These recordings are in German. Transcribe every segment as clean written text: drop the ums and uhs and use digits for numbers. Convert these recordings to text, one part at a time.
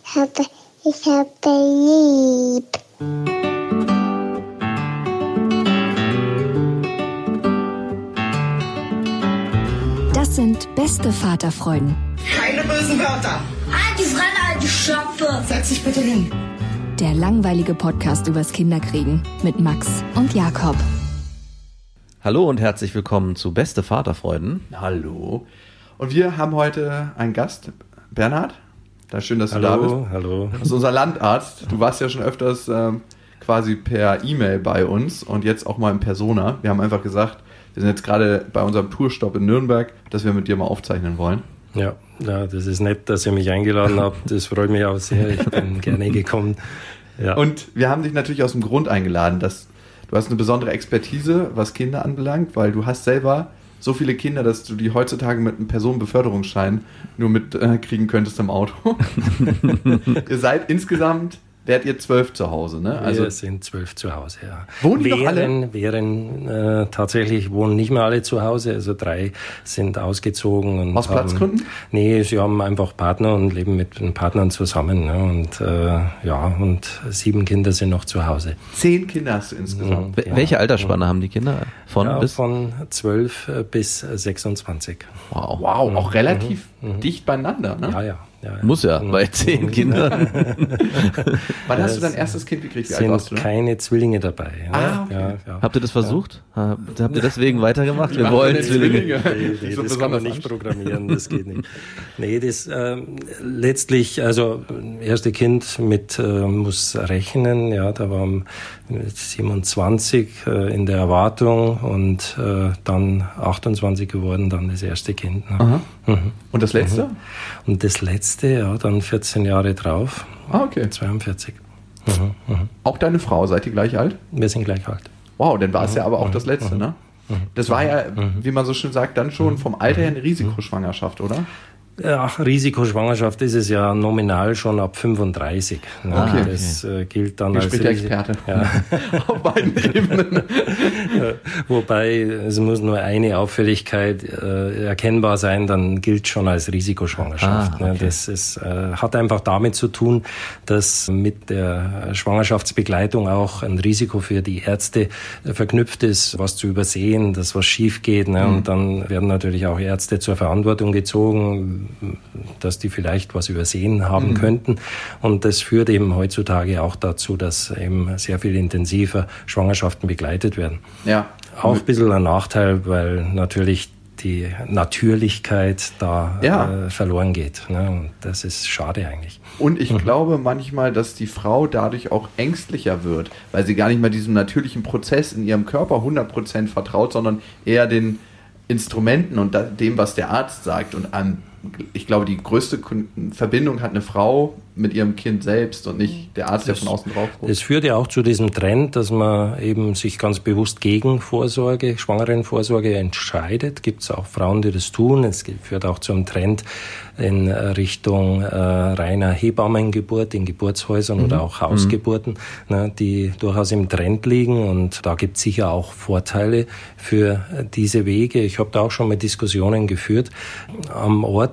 Ich habe lieb. Das sind beste Vaterfreuden. Keine bösen Wörter. Alte Fremde, alte Schöpfe. Setz dich bitte hin. Der langweilige Podcast übers Kinderkriegen mit Max und Jakob. Hallo und herzlich willkommen zu Beste Vaterfreuden. Hallo. Und wir haben heute einen Gast, Bernhard. Schön, dass du da bist. Hallo. Das ist unser Landarzt. Du warst ja schon öfters quasi per E-Mail bei uns und jetzt auch mal in Persona. Wir haben einfach gesagt, wir sind jetzt gerade bei unserem Tourstopp in Nürnberg, dass wir mit dir mal aufzeichnen wollen. Ja, das ist nett, dass ihr mich eingeladen habt. Das freut mich auch sehr. Ich bin gerne gekommen. Ja. Und wir haben dich natürlich aus dem Grund eingeladen, dass du hast eine besondere Expertise, was Kinder anbelangt, weil du hast selber so viele Kinder, dass du die heutzutage mit einem Personenbeförderungsschein nur mitkriegen könntest im Auto. Ihr seid insgesamt, wärt ihr 12 zu Hause, ne? Also wir sind 12 zu Hause, ja. Wohnen die noch alle? Tatsächlich wohnen nicht mehr alle zu Hause, also 3 sind ausgezogen. Und aus Platzgründen? Nee, sie haben einfach Partner und leben mit den Partnern zusammen. Ne? Und 7 Kinder sind noch zu Hause. 10 Kinder hast du insgesamt? Ja. Welche Altersspanne haben die Kinder? Von 12 bis 26. Wow, auch relativ dicht beieinander, ne? Ja. Muss ja, bei 10 Kindern. Wann hast du dein erstes Kind gekriegt? Wie alt warst du? Sind keine Zwillinge dabei. Ne? Okay. Ja. Habt ihr das versucht? Habt ihr deswegen weitergemacht? Wir wollen Zwillinge. Nee, das kann man nicht programmieren, das geht nicht. Nee, das letztlich, also erste Kind muss rechnen, ja, da waren 27 in der Erwartung und dann 28 geworden, dann das erste Kind. Ne? Und das letzte? Und das letzte, ja, dann 14 Jahre drauf. Okay. 42. Auch deine Frau, seid ihr gleich alt? Wir sind gleich alt. Wow, dann war es ja aber auch das letzte, ne? Das war ja, wie man so schön sagt, dann schon vom Alter her eine Risikoschwangerschaft, oder? Ach, Risikoschwangerschaft ist es ja nominal schon ab 35. Ne? Okay. Das gilt dann Hier als spricht der Experte. Ja. Auf beiden Ebenen. Wobei, es muss nur eine Auffälligkeit erkennbar sein, dann gilt schon als Risikoschwangerschaft. Okay. Ne? Das ist, hat einfach damit zu tun, dass mit der Schwangerschaftsbegleitung auch ein Risiko für die Ärzte verknüpft ist, was zu übersehen, dass was schief geht. Ne? Und dann werden natürlich auch Ärzte zur Verantwortung gezogen, dass die vielleicht was übersehen haben könnten. Und das führt eben heutzutage auch dazu, dass eben sehr viel intensiver Schwangerschaften begleitet werden. Ja. Auch ein bisschen ein Nachteil, weil natürlich die Natürlichkeit da verloren geht. Ne? Und das ist schade eigentlich. Und ich glaube manchmal, dass die Frau dadurch auch ängstlicher wird, weil sie gar nicht mehr diesem natürlichen Prozess in ihrem Körper 100% vertraut, sondern eher den Instrumenten und dem, was der Arzt sagt. Und ich glaube, die größte Verbindung hat eine Frau mit ihrem Kind selbst und nicht der Arzt, der von außen drauf guckt. Es führt ja auch zu diesem Trend, dass man eben sich ganz bewusst gegen Schwangerenvorsorge entscheidet. Gibt es auch Frauen, die das tun. Es führt auch zum Trend in Richtung reiner Hebammengeburt in Geburtshäusern oder auch Hausgeburten, ne, die durchaus im Trend liegen. Und da gibt es sicher auch Vorteile für diese Wege. Ich habe da auch schon mal Diskussionen geführt am Ort.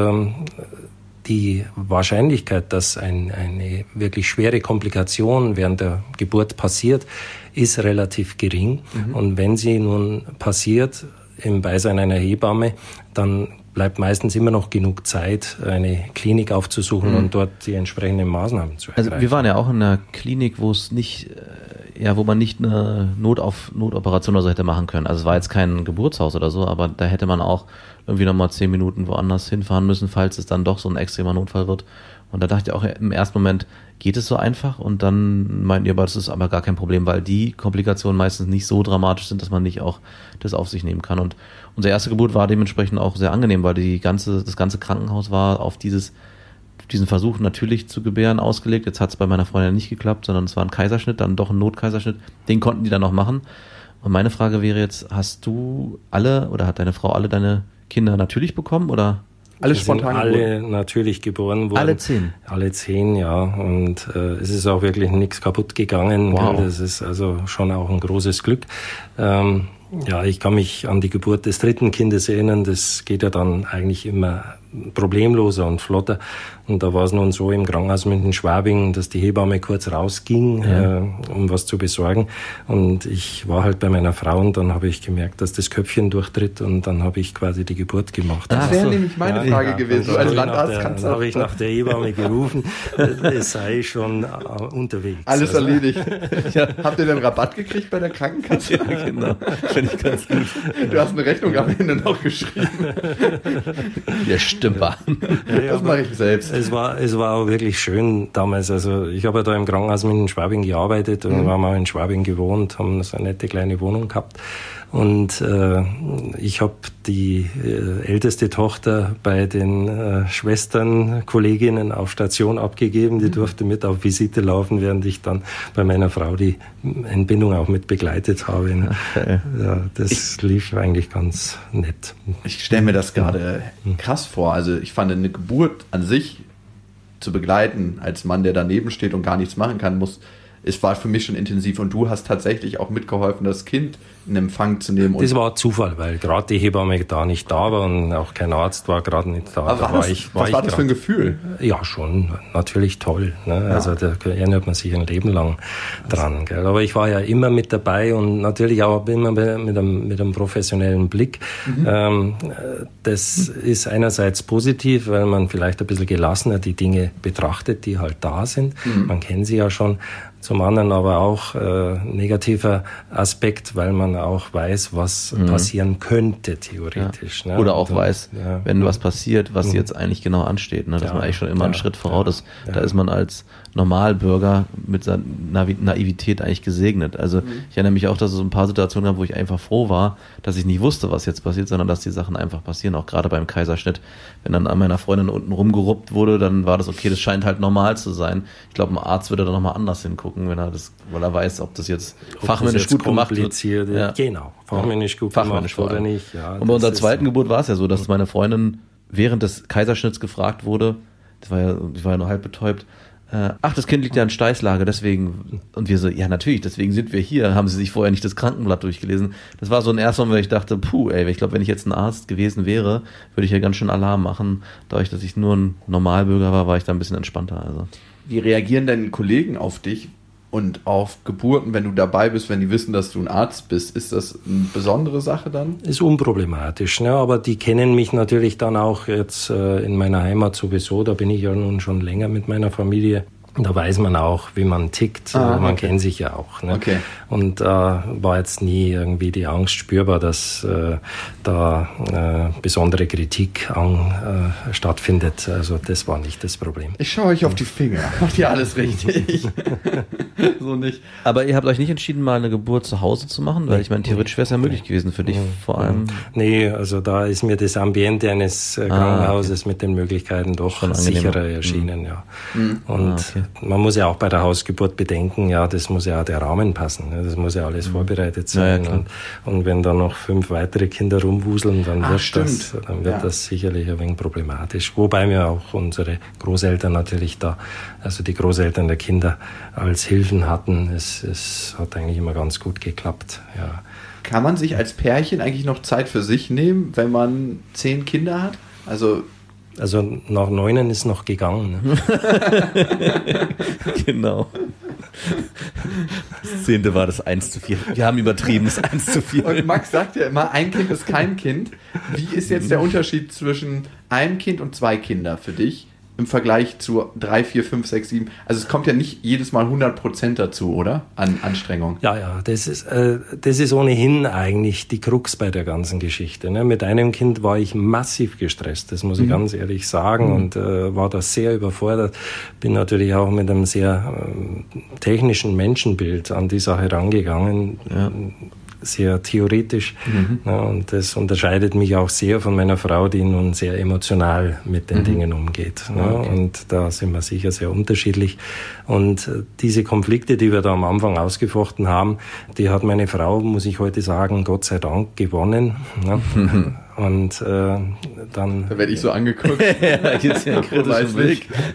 Die Wahrscheinlichkeit, dass eine wirklich schwere Komplikation während der Geburt passiert, ist relativ gering. Und wenn sie nun passiert im Beisein einer Hebamme, dann bleibt meistens immer noch genug Zeit, eine Klinik aufzusuchen und dort die entsprechenden Maßnahmen zu ergreifen. Also wir waren ja auch in einer Klinik, wo man nicht eine Notoperation oder so hätte machen können. Also es war jetzt kein Geburtshaus oder so, aber da hätte man auch irgendwie nochmal 10 Minuten woanders hinfahren müssen, falls es dann doch so ein extremer Notfall wird. Und da dachte ich auch im ersten Moment, geht es so einfach? Und dann meinten die, aber das ist aber gar kein Problem, weil die Komplikationen meistens nicht so dramatisch sind, dass man nicht auch das auf sich nehmen kann. Und unsere erste Geburt war dementsprechend auch sehr angenehm, weil das ganze Krankenhaus war auf diesen Versuch natürlich zu gebären ausgelegt. Jetzt hat es bei meiner Freundin nicht geklappt, sondern es war ein Kaiserschnitt, dann doch ein Notkaiserschnitt. Den konnten die dann noch machen. Und meine Frage wäre jetzt, hast du alle oder hat deine Frau alle deine Kinder natürlich bekommen oder? Alles spontan alle geboren? natürlich geboren worden. Alle 10? Alle 10, ja. Und es ist auch wirklich nichts kaputt gegangen. Wow. Das ist also schon auch ein großes Glück. Ja, ich kann mich an die Geburt des 3. Kindes erinnern. Das geht ja dann eigentlich immer problemloser und flotter. Und da war es nun so im Krankenhaus München-Schwabing, dass die Hebamme kurz rausging, um was zu besorgen. Und ich war halt bei meiner Frau und dann habe ich gemerkt, dass das Köpfchen durchtritt und dann habe ich quasi die Geburt gemacht. Das wäre nämlich meine Frage gewesen. So als Landarzt kannst du habe ich nach der Hebamme gerufen, es sei schon unterwegs. Alles erledigt. Habt ihr denn Rabatt gekriegt bei der Krankenkasse? Ja, genau. Finde ich ganz gut. Du hast eine Rechnung am Ende noch geschrieben. Der Stümper. Das mache ich selbst. Es war auch wirklich schön damals. Also ich habe ja da im Krankenhaus in Schwabing gearbeitet und wir haben auch in Schwabing gewohnt, haben so eine nette kleine Wohnung gehabt. Und ich habe die älteste Tochter bei den Schwestern, Kolleginnen auf Station abgegeben. Die durfte mit auf Visite laufen, während ich dann bei meiner Frau die Entbindung auch mit begleitet habe. Okay. Ja, das lief eigentlich ganz nett. Ich stelle mir das gerade krass vor. Also ich fand eine Geburt an sich zu begleiten, als Mann, der daneben steht und gar nichts machen kann, es war für mich schon intensiv und du hast tatsächlich auch mitgeholfen, das Kind in Empfang zu nehmen. Das war Zufall, weil gerade die Hebamme da nicht da war und auch kein Arzt war gerade nicht da. Aber was war das für ein Gefühl? Ja, schon natürlich toll. Ne? Ja. Also da erinnert man sich ein Leben lang dran. Gell? Aber ich war ja immer mit dabei und natürlich auch immer mit einem professionellen Blick. Das ist einerseits positiv, weil man vielleicht ein bisschen gelassener die Dinge betrachtet, die halt da sind. Man kennt sie ja schon. Zum anderen aber auch negativer Aspekt, weil man auch weiß, was passieren könnte, theoretisch. Ja. Ne? Oder auch weiß, wenn was passiert, was jetzt eigentlich genau ansteht. Ne? Dass man eigentlich schon immer einen Schritt voraus ist. Da ist man als Normalbürger mit seiner Naivität eigentlich gesegnet. Also ich erinnere mich auch, dass es so ein paar Situationen gab, wo ich einfach froh war, dass ich nicht wusste, was jetzt passiert, sondern dass die Sachen einfach passieren, auch gerade beim Kaiserschnitt. Wenn dann an meiner Freundin unten rumgeruppt wurde, dann war das okay, das scheint halt normal zu sein. Ich glaube, ein Arzt würde da nochmal anders hingucken, weil er weiß, ob das jetzt fachmännisch gut gemacht wird. Ja. Genau, fachmännisch gut gemacht oder nicht. Ja, und bei unserer zweiten Geburt war es ja so, dass meine Freundin während des Kaiserschnitts gefragt wurde, ich war ja nur halb betäubt, das Kind liegt ja in Steißlage, deswegen, und wir so, ja natürlich, deswegen sind wir hier, haben sie sich vorher nicht das Krankenblatt durchgelesen. Das war so ein erster Moment, wo ich dachte, ich glaube, wenn ich jetzt ein Arzt gewesen wäre, würde ich ja ganz schön Alarm machen. Dadurch, dass ich nur ein Normalbürger war ich da ein bisschen entspannter. Also. Wie reagieren denn Kollegen auf dich und auf Geburten, wenn du dabei bist, wenn die wissen, dass du ein Arzt bist? Ist das eine besondere Sache dann? Ist unproblematisch, ne? Aber die kennen mich natürlich dann auch jetzt in meiner Heimat sowieso. Da bin ich ja nun schon länger mit meiner Familie. Da weiß man auch, wie man tickt. Man kennt sich ja auch. Ne? Okay. Und war jetzt nie irgendwie die Angst spürbar, dass da besondere Kritik stattfindet. Also das war nicht das Problem. Ich schaue euch auf die Finger. Macht ihr alles richtig? So nicht. Aber ihr habt euch nicht entschieden, mal eine Geburt zu Hause zu machen? Weil ich meine, theoretisch wäre es ja möglich gewesen für dich vor allem. Nee, also da ist mir das Ambiente eines Krankenhauses mit den Möglichkeiten doch schon sicherer erschienen. Ja. Und man muss ja auch bei der Hausgeburt bedenken, das muss ja auch der Rahmen passen. Das muss ja alles vorbereitet sein. Ja, und wenn da noch 5 weitere Kinder rumwuseln, dann wird das sicherlich ein wenig problematisch. Wobei wir auch unsere Großeltern natürlich da, also die Großeltern der Kinder als Hilfen hatten. Es hat eigentlich immer ganz gut geklappt. Ja. Kann man sich als Pärchen eigentlich noch Zeit für sich nehmen, wenn man 10 Kinder hat? Also nach 9 ist noch gegangen. Ne? Genau. Das 10. war das 1:4. Wir haben übertrieben, das 1:4. Und Max sagt ja immer, ein Kind ist kein Kind. Wie ist jetzt der Unterschied zwischen einem Kind und 2 Kindern für dich im Vergleich zu 3, 4, 5, 6, 7? Also es kommt ja nicht jedes Mal 100% dazu, oder? An Anstrengung. Ja, das ist ohnehin eigentlich die Krux bei der ganzen Geschichte. Ne? Mit einem Kind war ich massiv gestresst, das muss ich ganz ehrlich sagen, und war da sehr überfordert. Bin natürlich auch mit einem sehr technischen Menschenbild an die Sache rangegangen. Ja. Sehr theoretisch. Ja, und das unterscheidet mich auch sehr von meiner Frau, die nun sehr emotional mit den Dingen umgeht. Ja, und da sind wir sicher sehr unterschiedlich. Und diese Konflikte, die wir da am Anfang ausgefochten haben, die hat meine Frau, muss ich heute sagen, Gott sei Dank gewonnen. Ja. Und dann... Da werde ich so angeguckt. Ja, da gibt es ja einen kritischen Blick.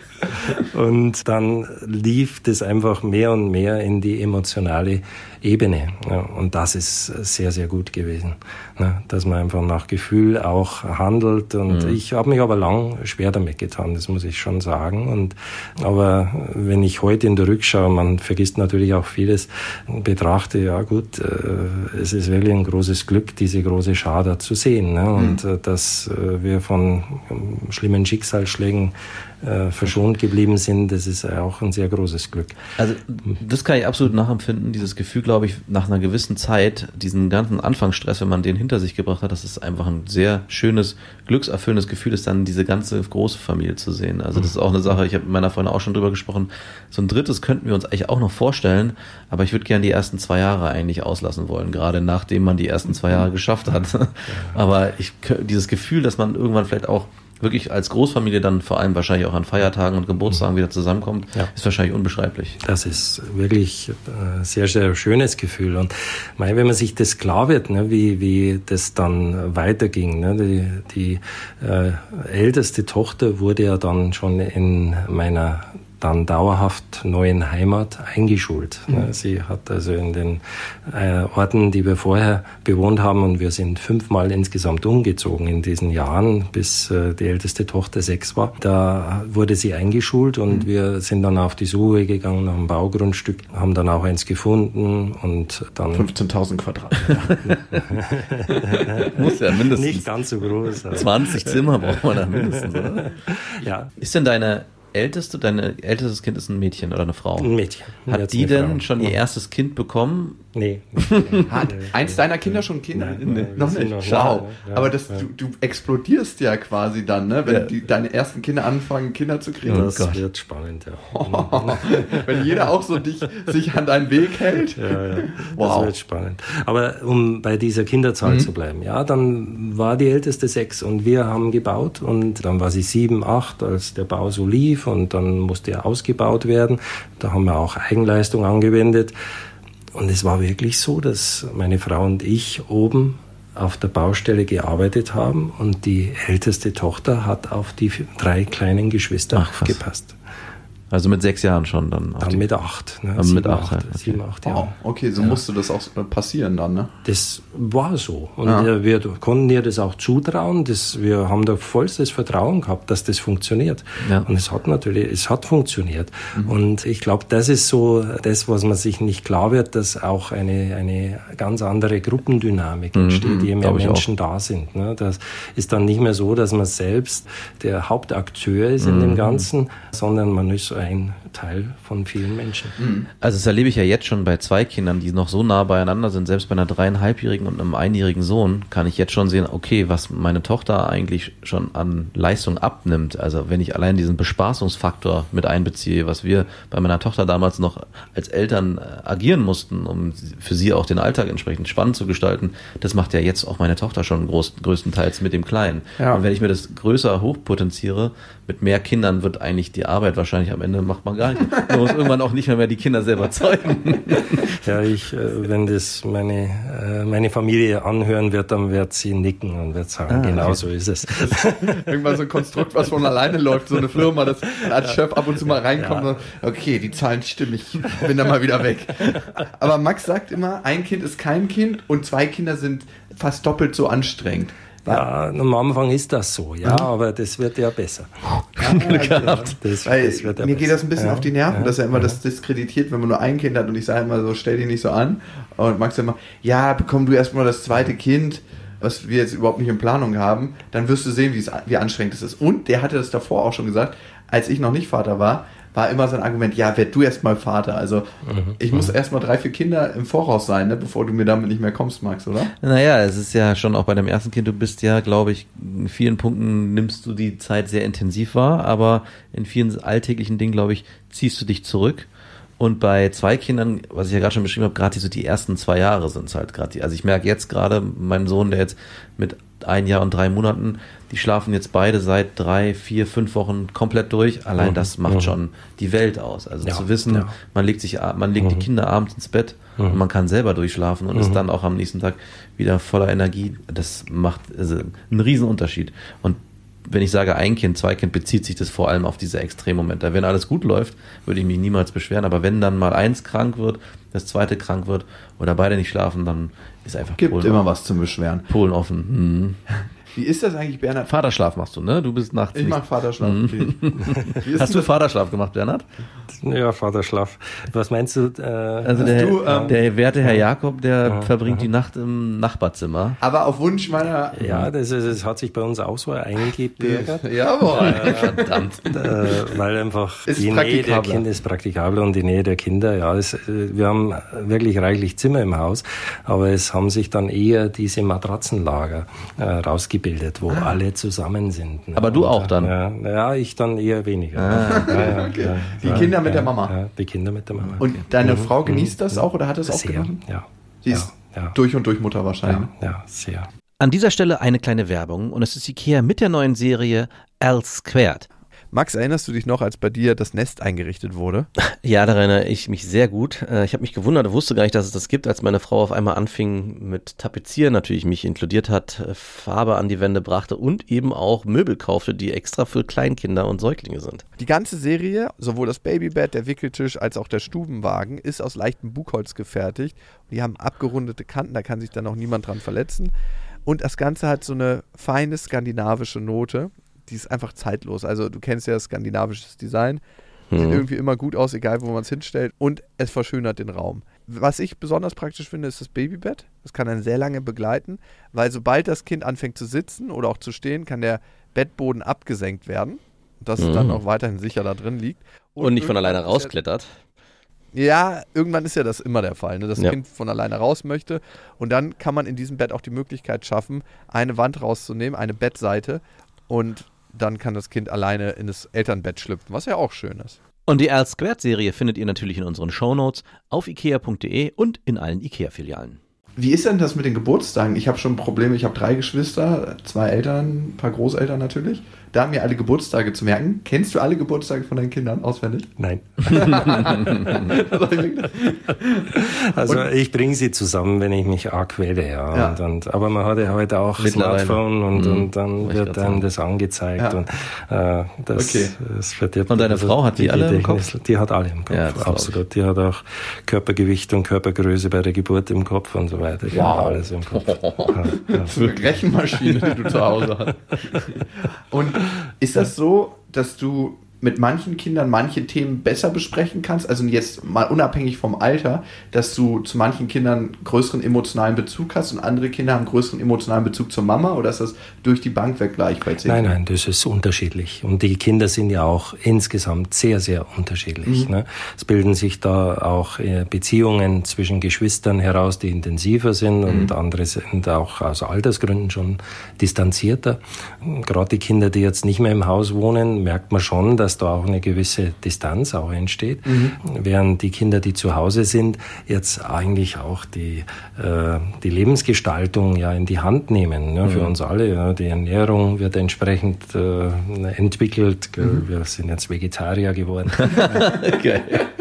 Und dann lief das einfach mehr und mehr in die emotionale Ebene. Ja, und das ist sehr, sehr gut gewesen, ne? Dass man einfach nach Gefühl auch handelt. Und ich habe mich aber lang schwer damit getan, das muss ich schon sagen. Aber wenn ich heute in der Rückschau, man vergisst natürlich auch vieles, betrachte, ja gut, es ist wirklich ein großes Glück, diese große Schar da zu sehen. Ne? Und dass wir von schlimmen Schicksalsschlägen verschont geblieben sind, das ist auch ein sehr großes Glück. Also das kann ich absolut nachempfinden, dieses Gefühl, glaube ich, nach einer gewissen Zeit, diesen ganzen Anfangsstress, wenn man den hinter sich gebracht hat, dass es einfach ein sehr schönes, glückserfüllendes Gefühl ist, dann diese ganze große Familie zu sehen. Also das ist auch eine Sache, ich habe mit meiner Freundin auch schon drüber gesprochen, so ein drittes könnten wir uns eigentlich auch noch vorstellen, aber ich würde gerne die ersten 2 Jahre eigentlich auslassen wollen, gerade nachdem man die ersten 2 Jahre geschafft hat. Aber dieses Gefühl, dass man irgendwann vielleicht auch wirklich als Großfamilie dann vor allem wahrscheinlich auch an Feiertagen und Geburtstagen wieder zusammenkommt, ist wahrscheinlich unbeschreiblich. Das ist wirklich ein sehr, sehr schönes Gefühl. Und wenn man sich das klar wird, ne, wie das dann weiterging. Ne, die älteste Tochter wurde ja dann schon in meiner dann dauerhaft neuen Heimat eingeschult. Sie hat also in den Orten, die wir vorher bewohnt haben, und wir sind 5-mal insgesamt umgezogen in diesen Jahren, bis die älteste Tochter 6 war. Da wurde sie eingeschult und wir sind dann auf die Suche gegangen nach einem Baugrundstück, haben dann auch eins gefunden und dann 15.000 Quadratmeter. Muss ja mindestens. Nicht ganz so groß. 20 Zimmer braucht man da mindestens, oder? Ja. Ist denn dein ältestes Kind ist ein Mädchen oder eine Frau? Ein Mädchen. Hat die denn schon ihr erstes Kind bekommen? Nee. Hat eins deiner Kinder schon Kinder? Nein, noch nicht. Schau. Ja, aber du explodierst ja quasi dann, ne? Wenn deine ersten Kinder anfangen, Kinder zu kriegen. Das wird spannend, ja. Wenn jeder auch so sich an deinen Weg hält. Ja. Das wird spannend. Aber um bei dieser Kinderzahl zu bleiben, ja, dann war die älteste 6 und wir haben gebaut und dann war sie 7, 8, als der Bau so lief und dann musste er ausgebaut werden. Da haben wir auch Eigenleistung angewendet. Und es war wirklich so, dass meine Frau und ich oben auf der Baustelle gearbeitet haben und die älteste Tochter hat auf die 3 kleinen Geschwister aufgepasst. Also mit 6 Jahren schon dann? Dann mit 8. Ne? Mit 8 Jahre. Okay, so musste das auch passieren dann, ne? Das war so. Und wir konnten ihr das auch zutrauen. Wir haben da vollstes Vertrauen gehabt, dass das funktioniert. Ja. Und es hat funktioniert. Und ich glaube, das ist so das, was man sich nicht klar wird, dass auch eine ganz andere Gruppendynamik entsteht, je mehr Menschen da sind. Ne? Das ist dann nicht mehr so, dass man selbst der Hauptakteur ist in dem Ganzen, sondern man ist ein Teil von vielen Menschen. Also das erlebe ich ja jetzt schon bei 2 Kindern, die noch so nah beieinander sind. Selbst bei einer 3,5-jährigen und einem 1-jährigen Sohn kann ich jetzt schon sehen, okay, was meine Tochter eigentlich schon an Leistung abnimmt. Also wenn ich allein diesen Bespaßungsfaktor mit einbeziehe, was wir bei meiner Tochter damals noch als Eltern agieren mussten, um für sie auch den Alltag entsprechend spannend zu gestalten, das macht ja jetzt auch meine Tochter schon größtenteils mit dem Kleinen. Ja. Und wenn ich mir das größer hochpotenziere, mit mehr Kindern wird eigentlich die Arbeit wahrscheinlich am Ende macht man gar nicht. Man muss irgendwann auch nicht mehr die Kinder selber zeugen. Ja, wenn das meine Familie anhören wird, dann wird sie nicken und wird sagen, genau so ist es. Irgendwann so ein Konstrukt, was von alleine läuft, so eine Firma, das als Chef ab und zu mal reinkommt und okay, die Zahlen stimmen, ich bin dann mal wieder weg. Aber Max sagt immer, ein Kind ist kein Kind und 2 Kinder sind fast doppelt so anstrengend. Ja, am Anfang ist das so, aber das wird ja besser. Glück gehabt. Mir geht das ein bisschen auf die Nerven, dass er immer das diskreditiert, wenn man nur ein Kind hat und ich sage immer so, stell dich nicht so an. Und Max immer, ja, bekomm du erstmal das 2. Kind, was wir jetzt überhaupt nicht in Planung haben, dann wirst du sehen, wie anstrengend es ist. Und der hatte das davor auch schon gesagt, als ich noch nicht Vater war immer sein Argument, ja, werd du erst mal Vater. Also ich muss erst mal 3, 4 Kinder im Voraus sein, ne, bevor du mir damit nicht mehr kommst, Max, oder? Naja, es ist ja schon auch bei deinem ersten Kind, du bist ja, glaube ich, in vielen Punkten nimmst du die Zeit sehr intensiv wahr, aber in vielen alltäglichen Dingen, glaube ich, ziehst du dich zurück. Und bei 2 Kindern, was ich ja gerade schon beschrieben habe, gerade die ersten 2 Jahre sind es halt gerade. Also ich merke jetzt gerade, mein Sohn, der jetzt mit 1 Jahr und 3 Monaten, die schlafen jetzt beide seit 3, 4, 5 Wochen komplett durch. Allein das macht schon die Welt aus. Also zu wissen, man legt die Kinder abends ins Bett und man kann selber durchschlafen und ist dann auch am nächsten Tag wieder voller Energie. Das macht einen riesen Unterschied. Und wenn ich sage ein Kind, 2 Kind, bezieht sich das vor allem auf diese Extremmomente. Wenn alles gut läuft, würde ich mich niemals beschweren, aber wenn dann mal eins krank wird, das zweite krank wird oder beide nicht schlafen, dann ist einfach Gibt immer was zum Beschweren. Polen offen. Wie ist das eigentlich, Bernhard? Vaterschlaf machst du, ne? Du bist nachts. Ich mache Vaterschlaf. Okay. Hast du Vaterschlaf gemacht, Bernhard? Ja, Vaterschlaf. Was meinst du? Also der werte Herr Jakob, der verbringt die Nacht im Nachbarzimmer. Aber auf Wunsch meiner... Ja, das hat sich bei uns auch so eingebürgert. Jawohl. Verdammt. Weil einfach Ist die Nähe der praktikabler. Kinder ist praktikabler und die Nähe der Kinder, ja, wir haben wirklich reichlich Zimmer im Haus, aber es haben sich dann eher diese Matratzenlager rausgebildet, wo alle zusammen sind. Ne? Aber du auch dann? Ja, ich dann eher weniger. Okay. Die Kinder mit der Mama. Ja, die Kinder mit der Mama. Und deine Frau genießt das auch oder hat das auch sehr, genossen? ja. Sie ist durch und durch Mutter wahrscheinlich. Ja, sehr. An dieser Stelle eine kleine Werbung und es ist IKEA mit der neuen Serie L Squared. Max, erinnerst du dich noch, als bei dir das Nest eingerichtet wurde? Ja, daran erinnere ich mich sehr gut. Ich habe mich gewundert, wusste gar nicht, dass es das gibt, als meine Frau auf einmal anfing mit Tapezieren, natürlich mich inkludiert hat, Farbe an die Wände brachte und eben auch Möbel kaufte, die extra für Kleinkinder und Säuglinge sind. Die ganze Serie, sowohl das Babybett, der Wickeltisch als auch der Stubenwagen, ist aus leichtem Buchholz gefertigt. Die haben abgerundete Kanten, da kann sich dann auch niemand dran verletzen. Und das Ganze hat so eine feine skandinavische Note. Die ist einfach zeitlos. Also du kennst ja skandinavisches Design. Sieht irgendwie immer gut aus, egal wo man es hinstellt. Und es verschönert den Raum. Was ich besonders praktisch finde, ist das Babybett. Das kann einen sehr lange begleiten, weil sobald das Kind anfängt zu sitzen oder auch zu stehen, kann der Bettboden abgesenkt werden, dass es dann auch weiterhin sicher da drin liegt. Und nicht von alleine rausklettert. Ja, irgendwann ist ja das immer der Fall, ne? Dass das Kind von alleine raus möchte. Und dann kann man in diesem Bett auch die Möglichkeit schaffen, eine Wand rauszunehmen, eine Bettseite, und dann kann das Kind alleine in das Elternbett schlüpfen, was ja auch schön ist. Und die L Squared Serie findet ihr natürlich in unseren Shownotes auf ikea.de und in allen Ikea-Filialen. Wie ist denn das mit den Geburtstagen? Ich habe schon Probleme, ich habe 3 Geschwister, 2 Eltern, ein paar Großeltern natürlich. Da haben mir alle Geburtstage zu merken. Kennst du alle Geburtstage von deinen Kindern auswendig? Nein. Also ich bringe sie zusammen, wenn ich mich arg quäle. Ja. Aber man hat ja heute auch Smartphone und dann wird dann das angezeigt. Ja. Und das verdirbt. Und deine Frau hat die alle im Kopf? Die hat alle im Kopf, ja, absolut. Die hat auch Körpergewicht und Körpergröße bei der Geburt im Kopf und so weiter. Die hat alles im Kopf. Das ist eine Rechenmaschine, die du zu Hause hast. Und ist das so, dass du mit manchen Kindern manche Themen besser besprechen kannst? Also jetzt mal unabhängig vom Alter, dass du zu manchen Kindern größeren emotionalen Bezug hast und andere Kinder haben größeren emotionalen Bezug zur Mama? Oder ist das durch die Bank weg gleich bei 10? Nein, das ist unterschiedlich. Und die Kinder sind ja auch insgesamt sehr, sehr unterschiedlich. Ne? Es bilden sich da auch Beziehungen zwischen Geschwistern heraus, die intensiver sind und andere sind auch aus Altersgründen schon distanzierter. Gerade die Kinder, die jetzt nicht mehr im Haus wohnen, merkt man schon, dass da auch eine gewisse Distanz auch entsteht. Während die Kinder, die zu Hause sind, jetzt eigentlich auch die Lebensgestaltung ja in die Hand nehmen, ne, für uns alle. Ja. Die Ernährung wird entsprechend entwickelt. Wir sind jetzt Vegetarier geworden. Okay.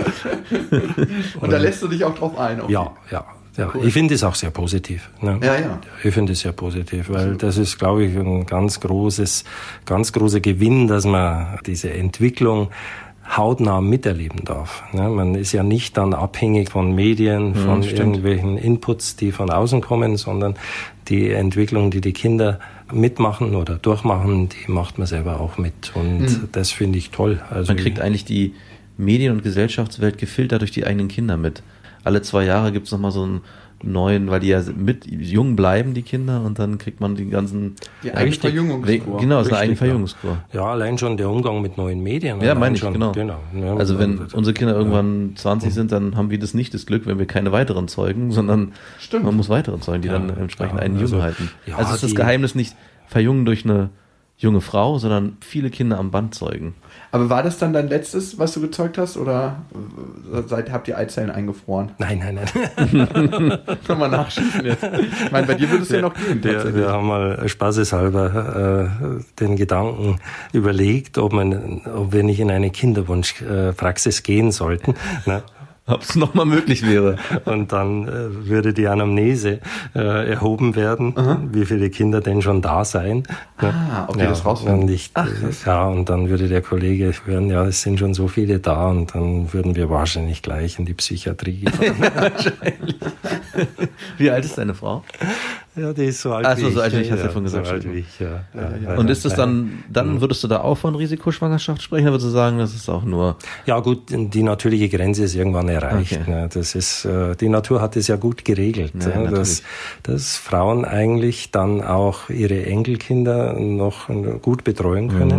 Und da lässt du dich auch drauf ein? Ja. Cool. Ich finde es auch sehr positiv. Ne? Ja. Ich finde es sehr positiv, weil das ist, glaube ich, ein ganz großer Gewinn, dass man diese Entwicklung hautnah miterleben darf. Ne? Man ist ja nicht dann abhängig von Medien, von irgendwelchen Inputs, die von außen kommen, sondern die Entwicklung, die Kinder mitmachen oder durchmachen, die macht man selber auch mit. Und das finde ich toll. Also man kriegt eigentlich die Medien- und Gesellschaftswelt gefiltert durch die eigenen Kinder mit. Alle 2 Jahre gibt es nochmal so einen neuen, weil die ja mit jung bleiben, die Kinder, und dann kriegt man die ganzen... Die eigene Verjüngungskur. Genau, ist eine eigene Verjüngungskur. Ja, allein schon der Umgang mit neuen Medien. Ja, meine ich, genau. Ja, also wenn unsere Kinder irgendwann 20 sind, dann haben wir das nicht das Glück, wenn wir keine weiteren zeugen, sondern man muss weitere zeugen, die dann entsprechend einen jung halten. Ja, also ist das Geheimnis nicht verjüngen durch eine junge Frau, sondern viele Kinder am Band zeugen. Aber war das dann dein letztes, was du gezeugt hast, oder habt ihr Eizellen eingefroren? Nein. Nochmal nachschießen jetzt. Ich meine, bei dir würde es ja noch gehen. Wir haben mal spaßeshalber den Gedanken überlegt, ob wir nicht in eine Kinderwunschpraxis gehen sollten. Ne? Ob es nochmal möglich wäre. Und dann würde die Anamnese erhoben werden, wie viele Kinder denn schon da seien. Okay, das rausfinden. Und dann würde der Kollege hören, ja, es sind schon so viele da, und dann würden wir wahrscheinlich gleich in die Psychiatrie gehen. Wahrscheinlich. Wie alt ist deine Frau? Ja, die ist so alt wie ich. So alt wie ich, hast du ja von gesagt. So alt wie ich, ja. Und ist es dann würdest du da auch von Risikoschwangerschaft sprechen, oder würdest du sagen, das ist auch nur... Ja gut, die natürliche Grenze ist irgendwann erreicht. Okay. Ne? Das ist, die Natur hat es ja gut geregelt, ja, dass Frauen eigentlich dann auch ihre Enkelkinder noch gut betreuen können.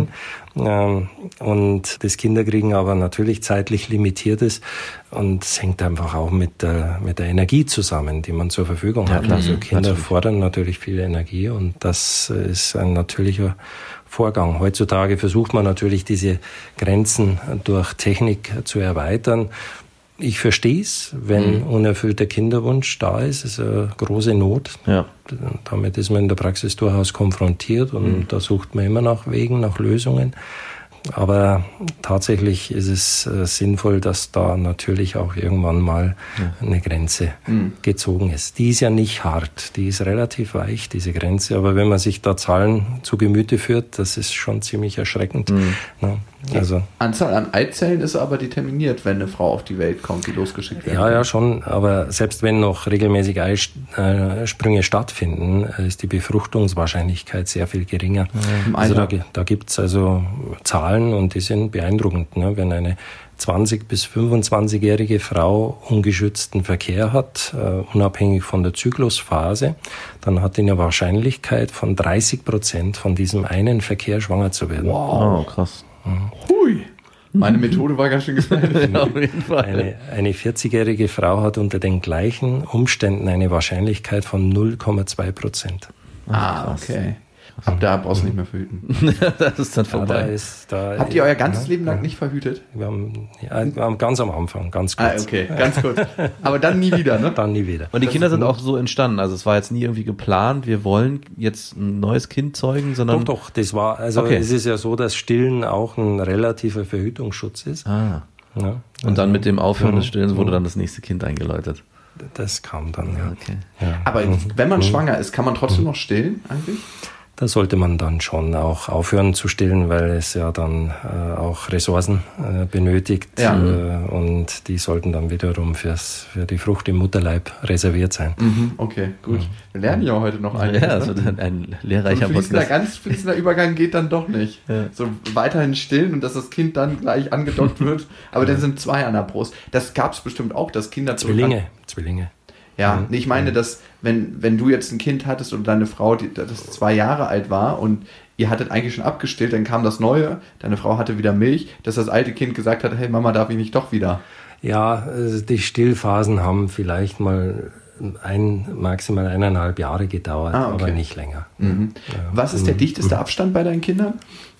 Und das Kinderkriegen aber natürlich zeitlich limitiert ist, und es hängt einfach auch mit der Energie zusammen, die man zur Verfügung hat. Also Kinder fordern natürlich viel Energie, und das ist ein natürlicher Vorgang. Heutzutage versucht man natürlich, diese Grenzen durch Technik zu erweitern. Ich verstehe es, wenn unerfüllter Kinderwunsch da ist. Das ist eine große Not. Ja. Damit ist man in der Praxis durchaus konfrontiert, und da sucht man immer nach Wegen, nach Lösungen. Aber tatsächlich ist es sinnvoll, dass da natürlich auch irgendwann mal eine Grenze gezogen ist. Die ist ja nicht hart, die ist relativ weich, diese Grenze. Aber wenn man sich da Zahlen zu Gemüte führt, das ist schon ziemlich erschreckend. Ne? Also, Anzahl an Eizellen ist aber determiniert, wenn eine Frau auf die Welt kommt, die losgeschickt werden. Ja, schon. Aber selbst wenn noch regelmäßig Eisprünge stattfinden, ist die Befruchtungswahrscheinlichkeit sehr viel geringer. Also da gibt's also Zahlen, und die sind beeindruckend. Ne? Wenn eine 20- bis 25-jährige Frau ungeschützten Verkehr hat, unabhängig von der Zyklusphase, dann hat die eine Wahrscheinlichkeit von 30% von diesem einen Verkehr schwanger zu werden. Wow, krass. Hui. Meine Methode war ganz schön gefährlich. Auf jeden Fall. Eine 40-jährige Frau hat unter den gleichen Umständen eine Wahrscheinlichkeit von 0,2%. Okay. Ab da brauchst du nicht mehr verhüten. Das ist dann vorbei. Habt ihr euer ganzes Leben lang nicht verhütet? Wir haben ganz am Anfang, ganz kurz. Okay, ganz kurz. Aber dann nie wieder, ne? Dann nie wieder. Und die Kinder sind auch so entstanden. Also es war jetzt nie irgendwie geplant, wir wollen jetzt ein neues Kind zeugen, sondern... Doch, das war, also es ist ja so, dass Stillen auch ein relativer Verhütungsschutz ist. Ja. Und dann mit dem Aufhören des Stillens wurde dann das nächste Kind eingeläutet. Das kam dann, ja. Okay. Ja. Aber wenn man schwanger ist, kann man trotzdem noch stillen eigentlich? Da sollte man dann schon auch aufhören zu stillen, weil es ja dann auch Ressourcen benötigt. Ja. Und die sollten dann wiederum für die Frucht im Mutterleib reserviert sein. Okay, gut. Wir lernen ja heute noch einiges. Ja, also ein lehrreicher Podcast. Ganz fließender Übergang geht dann doch nicht. Ja. So weiterhin stillen und dass das Kind dann gleich angedockt wird. Aber dann sind 2 an der Brust. Das gab es bestimmt auch, dass Kinder... Zwillinge. Ja, ich meine, dass wenn du jetzt ein Kind hattest und deine Frau, das 2 Jahre alt war und ihr hattet eigentlich schon abgestillt, dann kam das Neue, deine Frau hatte wieder Milch, dass das alte Kind gesagt hat, hey Mama, darf ich nicht doch wieder? Ja, die Stillphasen haben vielleicht mal maximal 1,5 Jahre gedauert, aber nicht länger. Was ist der dichteste Abstand bei deinen Kindern?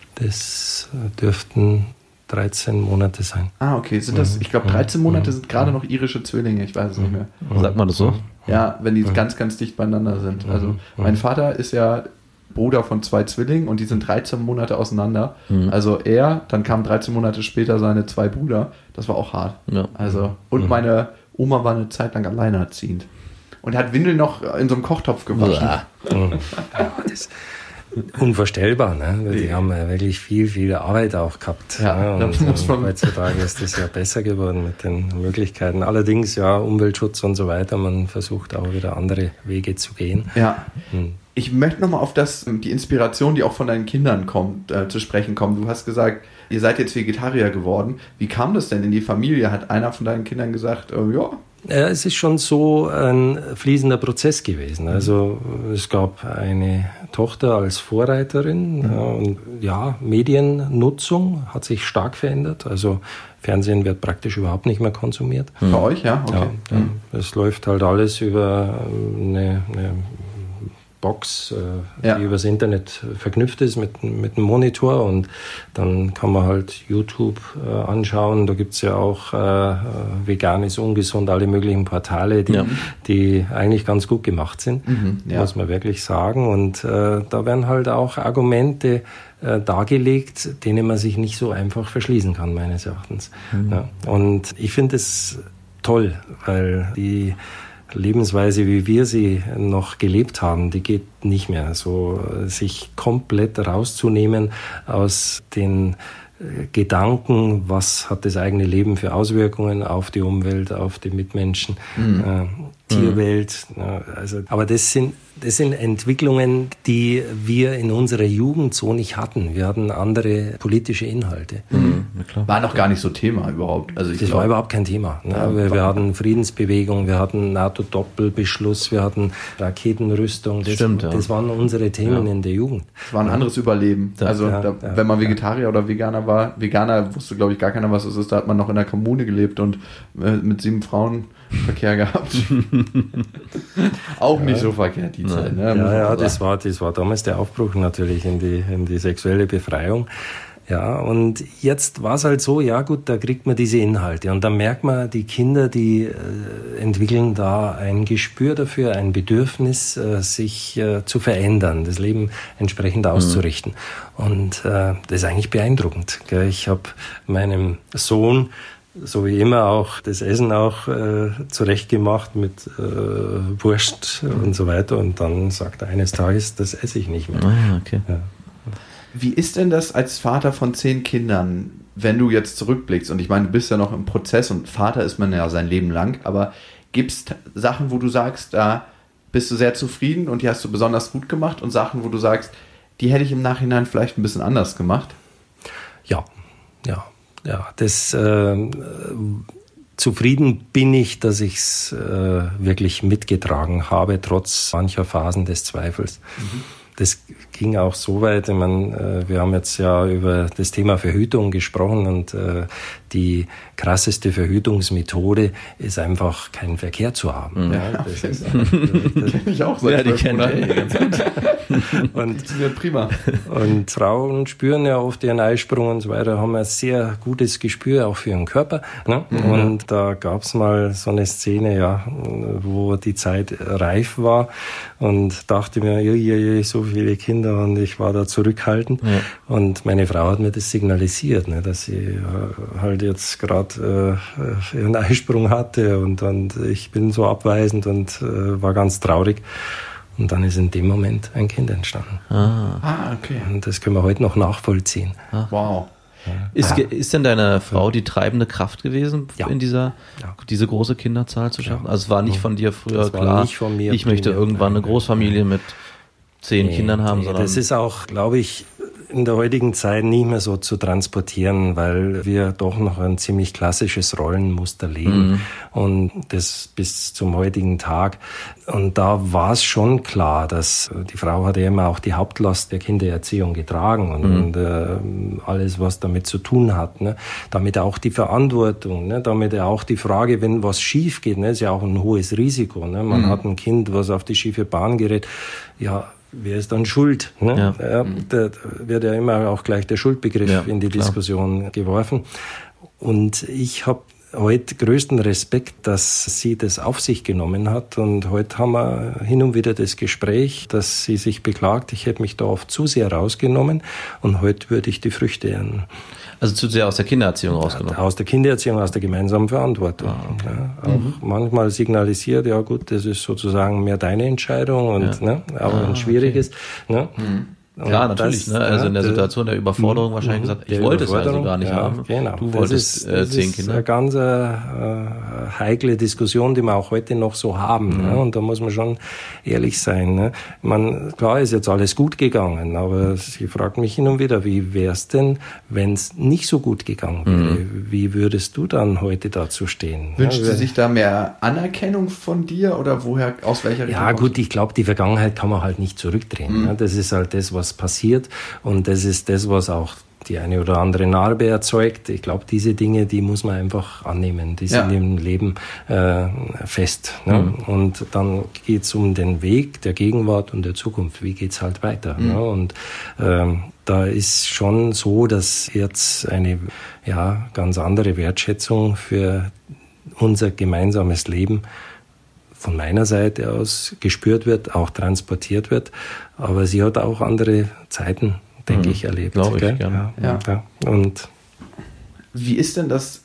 Das dürften 13 Monate sein. Okay. Sind das, ich glaube 13 Monate sind gerade noch irische Zwillinge, ich weiß es nicht mehr. Sagt man das so? Ja, wenn die ganz, ganz dicht beieinander sind. Also mein Vater ist ja Bruder von 2 Zwillingen und die sind 13 Monate auseinander. Also dann kamen 13 Monate später seine 2 Brüder. Das war auch hart. Ja. Also, und meine Oma war eine Zeit lang alleinerziehend. Und hat Windeln noch in so einem Kochtopf gewaschen. Das unvorstellbar, ne? Die haben ja wirklich viel Arbeit auch gehabt. Ja, und heutzutage ist das ja besser geworden mit den Möglichkeiten. Allerdings, Umweltschutz und so weiter, man versucht auch wieder andere Wege zu gehen. Ja. Ich möchte nochmal auf die Inspiration, die auch von deinen Kindern kommt, zu sprechen kommen. Du hast gesagt, ihr seid jetzt Vegetarier geworden. Wie kam das denn in die Familie? Hat einer von deinen Kindern gesagt, Es ist schon so ein fließender Prozess gewesen. Also es gab eine Tochter als Vorreiterin und Mediennutzung hat sich stark verändert. Also Fernsehen wird praktisch überhaupt nicht mehr konsumiert. Bei euch, ja? Okay. Es läuft halt alles über eine Box, die übers Internet verknüpft ist mit einem Monitor, und dann kann man halt YouTube anschauen. Da gibt's ja auch vegan ist ungesund, alle möglichen Portale, die eigentlich ganz gut gemacht sind, muss man wirklich sagen. Und da werden halt auch Argumente dargelegt, denen man sich nicht so einfach verschließen kann, meines Erachtens. Ja. Und ich finde es toll, weil die Lebensweise, wie wir sie noch gelebt haben, die geht nicht mehr. So sich komplett rauszunehmen aus den Gedanken, was hat das eigene Leben für Auswirkungen auf die Umwelt, auf die Mitmenschen, Tierwelt. Also, aber das sind Entwicklungen, die wir in unserer Jugend so nicht hatten. Wir hatten andere politische Inhalte. War noch gar nicht so Thema überhaupt. Also das war überhaupt kein Thema. Ne? Wir hatten Friedensbewegung, wir hatten NATO-Doppelbeschluss, wir hatten Raketenrüstung. Das waren unsere Themen in der Jugend. Es war ein anderes Überleben. Wenn man Vegetarier oder Veganer war, Veganer wusste, glaube ich, gar keiner, was es ist. Da hat man noch in der Kommune gelebt und mit 7 Frauen Verkehr gehabt. Auch nicht so verkehrt, die Zeit. Ne? Das war damals der Aufbruch natürlich in die sexuelle Befreiung. Ja, und jetzt war es halt so, ja gut, da kriegt man diese Inhalte und dann merkt man, die Kinder, die entwickeln da ein Gespür dafür, ein Bedürfnis, sich zu verändern, das Leben entsprechend auszurichten. Und das ist eigentlich beeindruckend. Ich habe meinem Sohn so wie immer auch das Essen auch zurechtgemacht mit Wurst und so weiter. Und dann sagt er eines Tages, das esse ich nicht mehr. Okay. Ja. Wie ist denn das als Vater von 10 Kindern, wenn du jetzt zurückblickst? Und ich meine, du bist ja noch im Prozess und Vater ist man ja sein Leben lang. Aber gibt es Sachen, wo du sagst, da bist du sehr zufrieden und die hast du besonders gut gemacht? Und Sachen, wo du sagst, die hätte ich im Nachhinein vielleicht ein bisschen anders gemacht? Ja. Zufrieden bin ich, dass ich es wirklich mitgetragen habe, trotz mancher Phasen des Zweifels. Das ging auch so weit, wir haben jetzt ja über das Thema Verhütung gesprochen und die krasseste Verhütungsmethode ist einfach keinen Verkehr zu haben. Ja, das ist kenne ich auch seit die kenne ich ganz gut. Und das wird prima. Und Frauen spüren ja oft ihren Eisprung und so weiter, haben ein sehr gutes Gespür auch für ihren Körper. Ne? Und da gab es mal so eine Szene, wo die Zeit reif war und dachte mir, so viele Kinder und ich war da zurückhaltend. Ja. Und meine Frau hat mir das signalisiert, ne, dass sie halt jetzt gerade ihren Eisprung hatte und ich bin so abweisend und war ganz traurig. Und dann ist in dem Moment ein Kind entstanden. Okay. Und das können wir heute noch nachvollziehen. Wow. Ist denn deine Frau die treibende Kraft gewesen, in diese große Kinderzahl zu schaffen? Also es war nicht von dir früher klar, nicht von mir, ich möchte irgendwann eine Großfamilie mit 10 Kindern haben, sondern... Das ist auch, glaube ich, in der heutigen Zeit nicht mehr so zu transportieren, weil wir doch noch ein ziemlich klassisches Rollenmuster leben und das bis zum heutigen Tag. Und da war es schon klar, dass die Frau hat ja immer auch die Hauptlast der Kindererziehung getragen und alles, was damit zu tun hat. Ne? Damit auch die Verantwortung, ne? Damit auch die Frage, wenn was schief geht, ne? Ist ja auch ein hohes Risiko. Ne? Man hat ein Kind, was auf die schiefe Bahn gerät, wer ist dann schuld? Ne? Da wird ja immer auch gleich der Schuldbegriff in die Diskussion geworfen. Und ich habe heute größten Respekt, dass sie das auf sich genommen hat. Und heute haben wir hin und wieder das Gespräch, dass sie sich beklagt, ich hätte mich da oft zu sehr rausgenommen und heute würde ich die Früchte ernten. Also zu sehr aus der Kindererziehung rausgenommen? Aus der Kindererziehung, aus der gemeinsamen Verantwortung. Auch manchmal signalisiert, das ist sozusagen mehr deine Entscheidung, und aber ein schwieriges. Ne? Ja, natürlich. Also in der Situation der Überforderung wahrscheinlich gesagt, ich wollte es also gar nicht haben. Genau. Du wolltest 10 Kinder. Das ist eine ganz heikle Diskussion, die wir auch heute noch so haben. Ne? Und da muss man schon ehrlich sein. Ne? Klar ist jetzt alles gut gegangen, aber sie fragt mich hin und wieder, wie wär's denn, wenn es nicht so gut gegangen wäre? Wie würdest du dann heute dazu stehen? Wünscht sie sich da mehr Anerkennung von dir oder aus welcher Richtung? Ja gut, ich glaube, die Vergangenheit kann man halt nicht zurückdrehen. Ne? Das ist halt das, was passiert, und das ist das, was auch die eine oder andere Narbe erzeugt. Ich glaube, diese Dinge, die muss man einfach annehmen. Die sind im Leben fest. Ne? Und dann geht's um den Weg der Gegenwart und der Zukunft. Wie geht's halt weiter? Ne? Und da ist schon so, dass jetzt eine ganz andere Wertschätzung für unser gemeinsames Leben von meiner Seite aus gespürt wird, auch transportiert wird. Aber sie hat auch andere Zeiten, denke ich, erlebt. Glaube ich, gerne. Ja. Und wie ist denn das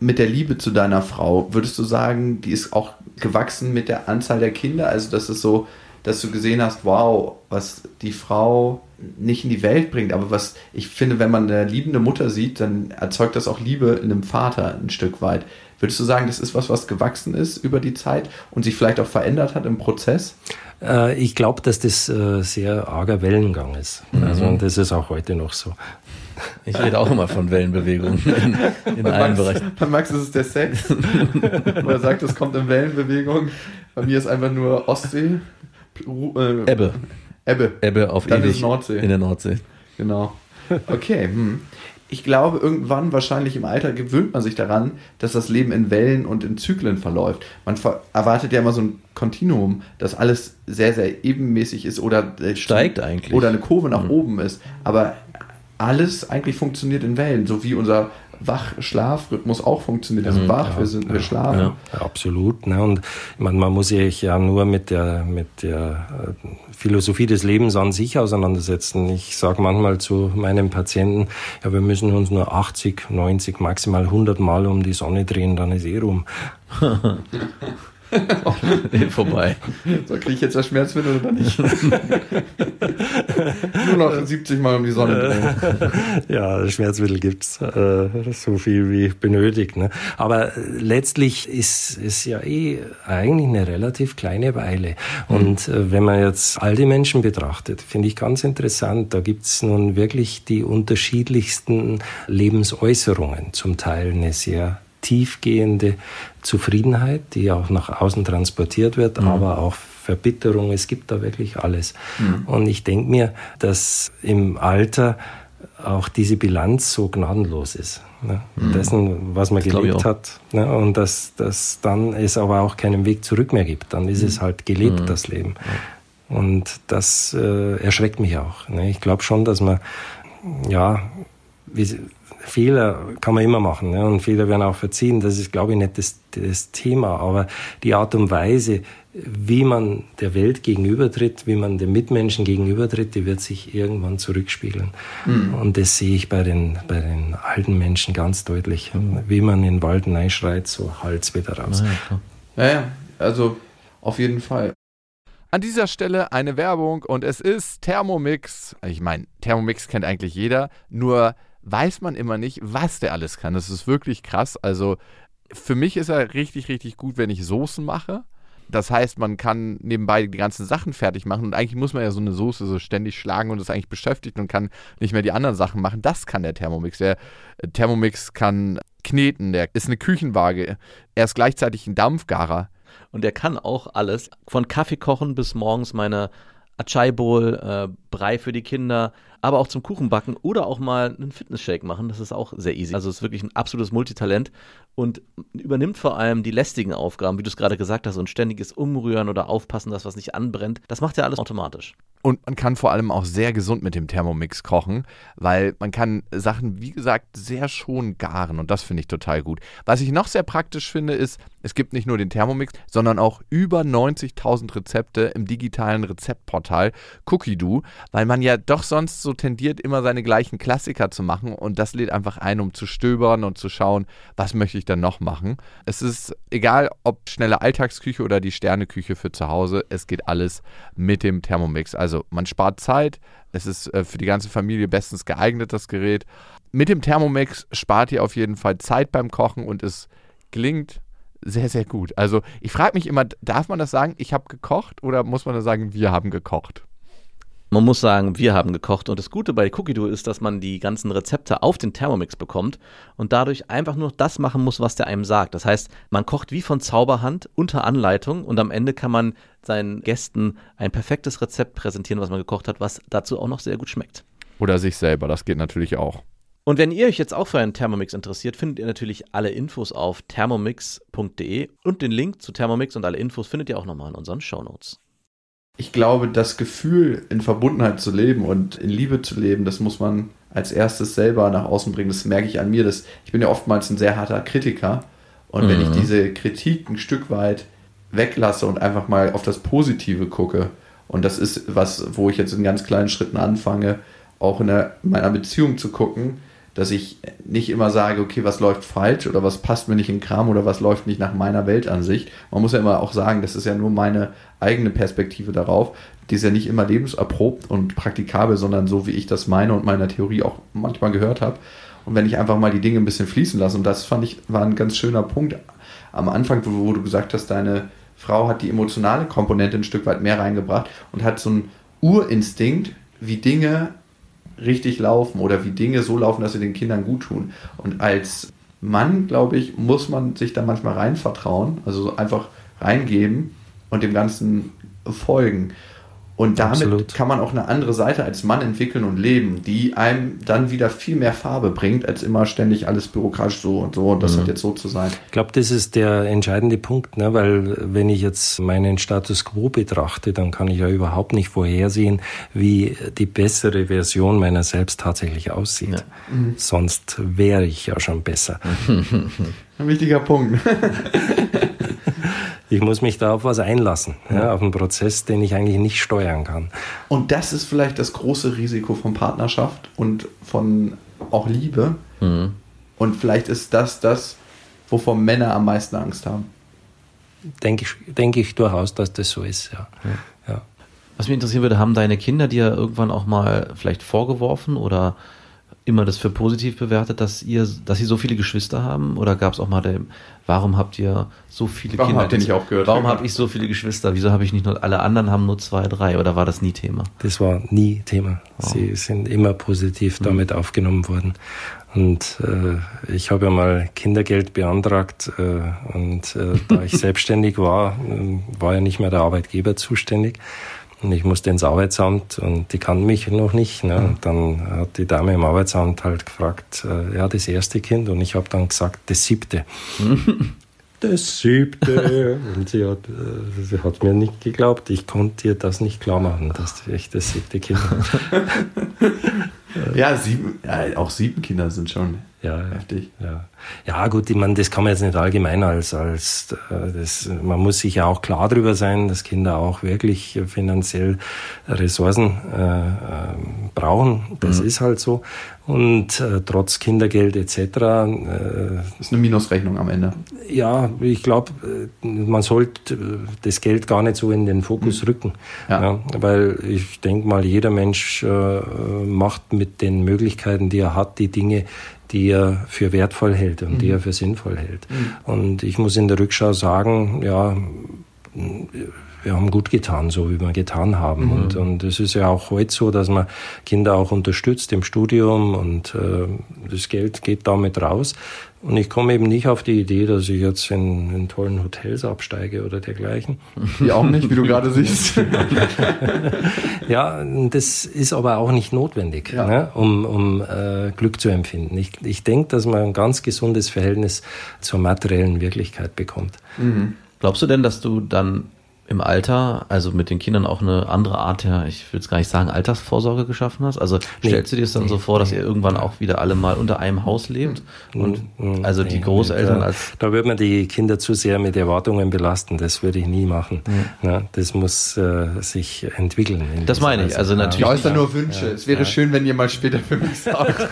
mit der Liebe zu deiner Frau, würdest du sagen, die ist auch gewachsen mit der Anzahl der Kinder? Also das ist so, dass du gesehen hast, wow, was die Frau nicht in die Welt bringt, aber was ich finde, wenn man eine liebende Mutter sieht, dann erzeugt das auch Liebe in einem Vater ein Stück weit. Würdest du sagen, das ist was gewachsen ist über die Zeit und sich vielleicht auch verändert hat im Prozess? Ich glaube, dass das sehr arger Wellengang ist. Also, und das ist auch heute noch so. Ich rede auch immer von Wellenbewegungen in allen Bereichen. Bei Max ist es der Sex. Wo er sagt, es kommt in Wellenbewegung. Bei mir ist einfach nur Ostsee. Ebbe. Ebbe auf dann ewig ist Nordsee. In der Nordsee. Genau. Okay. Ich glaube, irgendwann wahrscheinlich im Alter gewöhnt man sich daran, dass das Leben in Wellen und in Zyklen verläuft. Man erwartet ja immer so ein Kontinuum, dass alles sehr, sehr ebenmäßig ist oder steigt eigentlich. Oder eine Kurve nach oben ist. Aber alles eigentlich funktioniert in Wellen, so wie unser Wach-Schlaf-Rhythmus auch funktioniert. Also wach, wir schlafen. Ja, absolut. Ne? Und man muss sich ja nur mit der Philosophie des Lebens an sich auseinandersetzen. Ich sage manchmal zu meinen Patienten, ja, wir müssen uns nur 80, 90, maximal 100 Mal um die Sonne drehen, dann ist rum. Vorbei. So, kriege ich jetzt das Schmerzmittel oder nicht? Nur noch 70 Mal um die Sonne drehen. Ja, Schmerzmittel gibt's so viel wie benötigt. Ne? Aber letztlich ist es ja eigentlich eine relativ kleine Weile. Und wenn man jetzt alte Menschen betrachtet, finde ich ganz interessant, da gibt's nun wirklich die unterschiedlichsten Lebensäußerungen. Zum Teil eine sehr tiefgehende Zufriedenheit, die auch nach außen transportiert wird, aber auch Verbitterung, es gibt da wirklich alles. Und ich denke mir, dass im Alter auch diese Bilanz so gnadenlos ist. Ne? Dessen, was man gelebt hat. Ne? Und dass dann es aber auch keinen Weg zurück mehr gibt. Dann ist es halt gelebt, das Leben. Und das erschreckt mich auch. Ne? Ich glaube schon, dass man, Fehler kann man immer machen, ne? Und Fehler werden auch verziehen. Das ist, glaube ich, nicht das Thema. Aber die Art und Weise, wie man der Welt gegenübertritt, wie man den Mitmenschen gegenübertritt, die wird sich irgendwann zurückspiegeln. Und das sehe ich bei den alten Menschen ganz deutlich. Wie man in den Wald reinschreit, so hallt's wieder raus. Ja, also auf jeden Fall. An dieser Stelle eine Werbung und es ist Thermomix. Ich meine, Thermomix kennt eigentlich jeder, nur weiß man immer nicht, was der alles kann. Das ist wirklich krass. Also für mich ist er richtig, richtig gut, wenn ich Soßen mache. Das heißt, man kann nebenbei die ganzen Sachen fertig machen und eigentlich muss man ja so eine Soße so ständig schlagen und ist eigentlich beschäftigt und kann nicht mehr die anderen Sachen machen. Das kann der Thermomix. Der Thermomix kann kneten, der ist eine Küchenwaage. Er ist gleichzeitig ein Dampfgarer. Und der kann auch alles, von Kaffee kochen bis morgens meine Acai Bowl, Brei für die Kinder, aber auch zum Kuchenbacken oder auch mal einen Fitness-Shake machen. Das ist auch sehr easy. Also es ist wirklich ein absolutes Multitalent und übernimmt vor allem die lästigen Aufgaben, wie du es gerade gesagt hast, und ständiges Umrühren oder Aufpassen, dass was nicht anbrennt. Das macht ja alles automatisch. Und man kann vor allem auch sehr gesund mit dem Thermomix kochen, weil man kann Sachen, wie gesagt, sehr schon garen und das finde ich total gut. Was ich noch sehr praktisch finde, ist, es gibt nicht nur den Thermomix, sondern auch über 90.000 Rezepte im digitalen Rezeptportal Cookie-Do, weil man ja doch sonst so tendiert, immer seine gleichen Klassiker zu machen und das lädt einfach ein, um zu stöbern und zu schauen, was möchte ich dann noch machen. Es ist egal, ob schnelle Alltagsküche oder die Sterneküche für zu Hause, es geht alles mit dem Thermomix. Also man spart Zeit, es ist für die ganze Familie bestens geeignet, das Gerät. Mit dem Thermomix spart ihr auf jeden Fall Zeit beim Kochen und es gelingt sehr, sehr gut. Also ich frage mich immer, darf man das sagen, ich habe gekocht oder muss man das sagen, wir haben gekocht? Man muss sagen, wir haben gekocht und das Gute bei Cookie-Do ist, dass man die ganzen Rezepte auf den Thermomix bekommt und dadurch einfach nur das machen muss, was der einem sagt. Das heißt, man kocht wie von Zauberhand unter Anleitung und am Ende kann man seinen Gästen ein perfektes Rezept präsentieren, was man gekocht hat, was dazu auch noch sehr gut schmeckt. Oder sich selber, das geht natürlich auch. Und wenn ihr euch jetzt auch für einen Thermomix interessiert, findet ihr natürlich alle Infos auf thermomix.de und den Link zu Thermomix und alle Infos findet ihr auch nochmal in unseren Shownotes. Ich glaube, das Gefühl, in Verbundenheit zu leben und in Liebe zu leben, das muss man als erstes selber nach außen bringen. Das merke ich an mir. Ich bin ja oftmals ein sehr harter Kritiker. Und wenn ich diese Kritik ein Stück weit weglasse und einfach mal auf das Positive gucke, und das ist was, wo ich jetzt in ganz kleinen Schritten anfange, auch in meiner Beziehung zu gucken, dass ich nicht immer sage, okay, was läuft falsch oder was passt mir nicht in den Kram oder was läuft nicht nach meiner Weltansicht. Man muss ja immer auch sagen, das ist ja nur meine eigene Perspektive darauf. Die ist ja nicht immer lebenserprobt und praktikabel, sondern so, wie ich das meine und meiner Theorie auch manchmal gehört habe. Und wenn ich einfach mal die Dinge ein bisschen fließen lasse, und das fand ich, war ein ganz schöner Punkt am Anfang, wo du gesagt hast, deine Frau hat die emotionale Komponente ein Stück weit mehr reingebracht und hat so einen Urinstinkt, wie Dinge richtig laufen oder wie Dinge so laufen, dass sie den Kindern gut tun. Und als Mann, glaube ich, muss man sich da manchmal rein vertrauen, also einfach reingeben und dem Ganzen folgen. Und damit Absolut. kann man auch eine andere Seite als Mann entwickeln und leben, die einem dann wieder viel mehr Farbe bringt, als immer ständig alles bürokratisch so und das hat jetzt so zu sein. Ich glaube, das ist der entscheidende Punkt, ne? Weil wenn ich jetzt meinen Status quo betrachte, dann kann ich ja überhaupt nicht vorhersehen, wie die bessere Version meiner selbst tatsächlich aussieht. Ja. Sonst wäre ich ja schon besser. Ein wichtiger Punkt. Ich muss mich da auf was einlassen, ja, auf einen Prozess, den ich eigentlich nicht steuern kann. Und das ist vielleicht das große Risiko von Partnerschaft und von auch Liebe. Mhm. Und vielleicht ist das, wovor Männer am meisten Angst haben. Denke ich durchaus, dass das so ist, ja. Ja. Was mich interessieren würde, haben deine Kinder dir irgendwann auch mal vielleicht vorgeworfen oder immer das für positiv bewertet, dass sie so viele Geschwister haben? Oder gab es auch mal warum habt ihr so viele Kinder? Warum habt ihr nicht aufgehört? Warum habe ich so viele Geschwister? Wieso habe ich nicht nur, alle anderen haben nur 2, 3? Oder war das nie Thema? Das war nie Thema. Wow. Sie sind immer positiv damit aufgenommen worden. Und ich habe ja mal Kindergeld beantragt und da ich selbstständig war ja nicht mehr der Arbeitgeber zuständig. Und ich musste ins Arbeitsamt und die kannten mich noch nicht. Ne? Und dann hat die Dame im Arbeitsamt halt gefragt, ja, das erste Kind. Und ich habe dann gesagt, das 7. Das 7. Und sie hat mir nicht geglaubt. Ich konnte ihr das nicht klar machen, dass ich das 7. Kind habe. Ja, auch 7 Kinder sind schon heftig. Ja, gut, ich meine, das kann man jetzt nicht allgemein man muss sich ja auch klar darüber sein, dass Kinder auch wirklich finanziell Ressourcen brauchen. Das ist halt so. Und trotz Kindergeld etc. ist eine Minusrechnung am Ende. Ja, ich glaube, man sollte das Geld gar nicht so in den Fokus rücken. Ja, weil ich denke mal, jeder Mensch macht mit den Möglichkeiten, die er hat, die Dinge, die er für wertvoll hält und die er für sinnvoll hält. Und ich muss in der Rückschau sagen, ja, wir haben gut getan, so wie wir getan haben. Und es ist ja auch heute so, dass man Kinder auch unterstützt im Studium und das Geld geht damit raus. Und ich komme eben nicht auf die Idee, dass ich jetzt in tollen Hotels absteige oder dergleichen. Die auch nicht, wie du gerade siehst. Ja, das ist aber auch nicht notwendig, ne, um Glück zu empfinden. Ich denke, dass man ein ganz gesundes Verhältnis zur materiellen Wirklichkeit bekommt. Mhm. Glaubst du denn, dass du dann im Alter, also mit den Kindern auch eine andere Art der, ich will es gar nicht sagen, Altersvorsorge geschaffen hast? Also stellst du dir das dann so vor, dass ihr irgendwann auch wieder alle mal unter einem Haus lebt? Und also die Großeltern als... Da würde man die Kinder zu sehr mit Erwartungen belasten. Das würde ich nie machen. Ja, das muss sich entwickeln. Das meine ich. Also natürlich. Ich äußere nur Wünsche. Es wäre schön, wenn ihr mal später für mich sagt.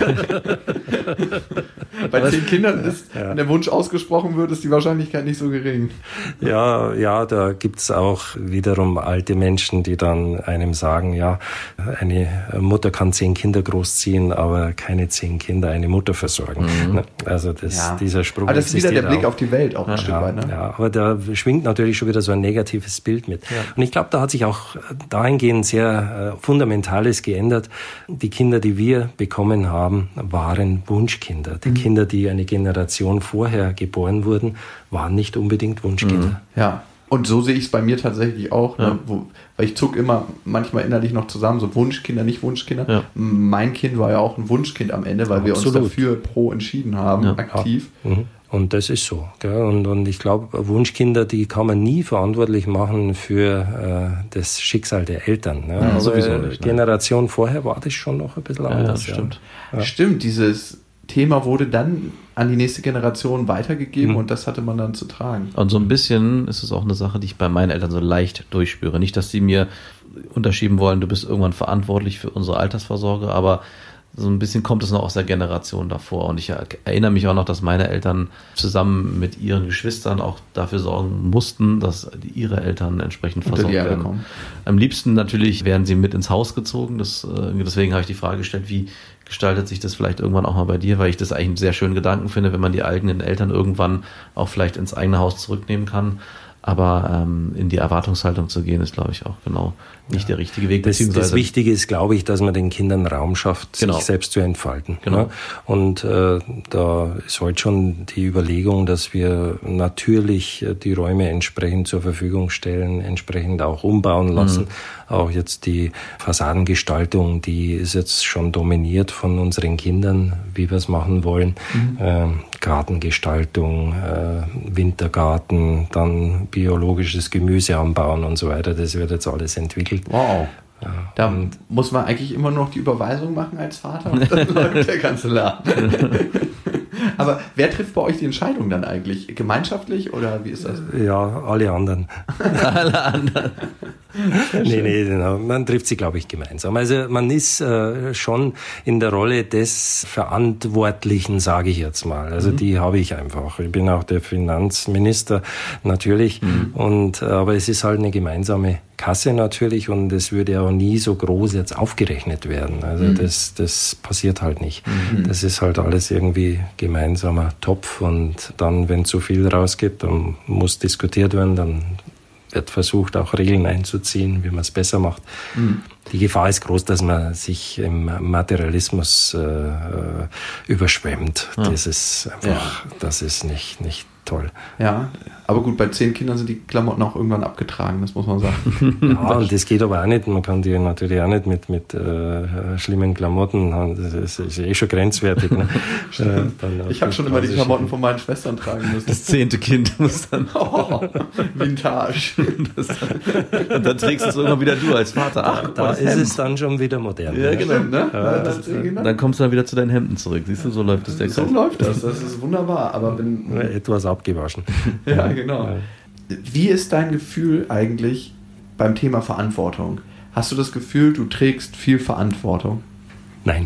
Bei 10 Kindern ist, wenn der Wunsch ausgesprochen wird, ist die Wahrscheinlichkeit nicht so gering. Ja, da gibt's auch wiederum alte Menschen, die dann einem sagen, ja, eine Mutter kann 10 Kinder großziehen, aber keine 10 Kinder eine Mutter versorgen. Also dieser Spruch. Aber das ist wieder der Blick auf die Welt auch ein Stück weit. Ne? Ja, aber da schwingt natürlich schon wieder so ein negatives Bild mit. Ja. Und ich glaube, da hat sich auch dahingehend sehr Fundamentales geändert. Die Kinder, die wir bekommen haben, waren Wunschkinder. Die Kinder, die eine Generation vorher geboren wurden, waren nicht unbedingt Wunschkinder. Ja. Und so sehe ich es bei mir tatsächlich auch, ne? Weil ich zucke immer manchmal innerlich noch zusammen, so Wunschkinder, nicht Wunschkinder. Ja. Mein Kind war ja auch ein Wunschkind am Ende, weil wir uns dafür entschieden haben, aktiv. Ja. Und das ist so. Gell? Und ich glaube, Wunschkinder, die kann man nie verantwortlich machen für das Schicksal der Eltern. Ne? Ja, sowieso nicht. Generation vorher war das schon noch ein bisschen anders. Ja, stimmt. Ja. Stimmt, dieses Thema wurde dann an die nächste Generation weitergegeben und das hatte man dann zu tragen. Und so ein bisschen ist es auch eine Sache, die ich bei meinen Eltern so leicht durchspüre. Nicht, dass sie mir unterschieben wollen, du bist irgendwann verantwortlich für unsere Altersvorsorge, aber so ein bisschen kommt es noch aus der Generation davor. Und ich erinnere mich auch noch, dass meine Eltern zusammen mit ihren Geschwistern auch dafür sorgen mussten, dass ihre Eltern entsprechend versorgt werden. Kommen. Am liebsten natürlich werden sie mit ins Haus gezogen. Deswegen habe ich die Frage gestellt, wie gestaltet sich das vielleicht irgendwann auch mal bei dir, weil ich das eigentlich einen sehr schönen Gedanken finde, wenn man die eigenen Eltern irgendwann auch vielleicht ins eigene Haus zurücknehmen kann. Aber in die Erwartungshaltung zu gehen, ist, glaube ich, auch genau nicht der richtige Weg. Das Wichtige ist, glaube ich, dass man den Kindern Raum schafft, sich selbst zu entfalten. Genau. Und da ist heute schon die Überlegung, dass wir natürlich die Räume entsprechend zur Verfügung stellen, entsprechend auch umbauen lassen. Auch jetzt die Fassadengestaltung, die ist jetzt schon dominiert von unseren Kindern, wie wir es machen wollen. Gartengestaltung, Wintergarten, dann biologisches Gemüse anbauen und so weiter. Das wird jetzt alles entwickelt. Wow. Ja. Da muss man eigentlich immer noch die Überweisung machen als Vater und dann läuft der ganze Laden. Aber wer trifft bei euch die Entscheidung dann eigentlich? Gemeinschaftlich oder wie ist das? Ja, alle anderen. Alle anderen. Nee, man trifft sie, glaube ich, gemeinsam. Also man ist schon in der Rolle des Verantwortlichen, sage ich jetzt mal. Also die habe ich einfach. Ich bin auch der Finanzminister natürlich. Aber es ist halt eine gemeinsame Kasse natürlich und es würde auch nie so groß jetzt aufgerechnet werden. Also das passiert halt nicht. Das ist halt alles irgendwie gemeinsamer Topf und dann, wenn zu viel rausgeht, dann muss diskutiert werden, dann wird versucht, auch Regeln einzuziehen, wie man es besser macht. Die Gefahr ist groß, dass man sich im Materialismus überschwemmt. Das ist einfach, das ist nicht toll. Ja, aber gut, bei 10 Kindern sind die Klamotten auch irgendwann abgetragen, das muss man sagen. Ja, und das geht aber auch nicht. Man kann die natürlich auch nicht mit schlimmen Klamotten haben. Das ist eh schon grenzwertig. Ne? Ich habe schon immer die Klamotten von meinen Schwestern tragen müssen. Das 10. Kind muss dann... Vintage. Und dann trägst du es irgendwann wieder du als Vater. Ach, da ist es dann schon wieder modern. Ja, genau. Ne? Dann kommst du dann wieder zu deinen Hemden zurück. Siehst du, so läuft das. So läuft das. Das ist wunderbar. Aber wenn etwas abgewaschen. Ja, genau. Ja. Wie ist dein Gefühl eigentlich beim Thema Verantwortung? Hast du das Gefühl, du trägst viel Verantwortung? Nein.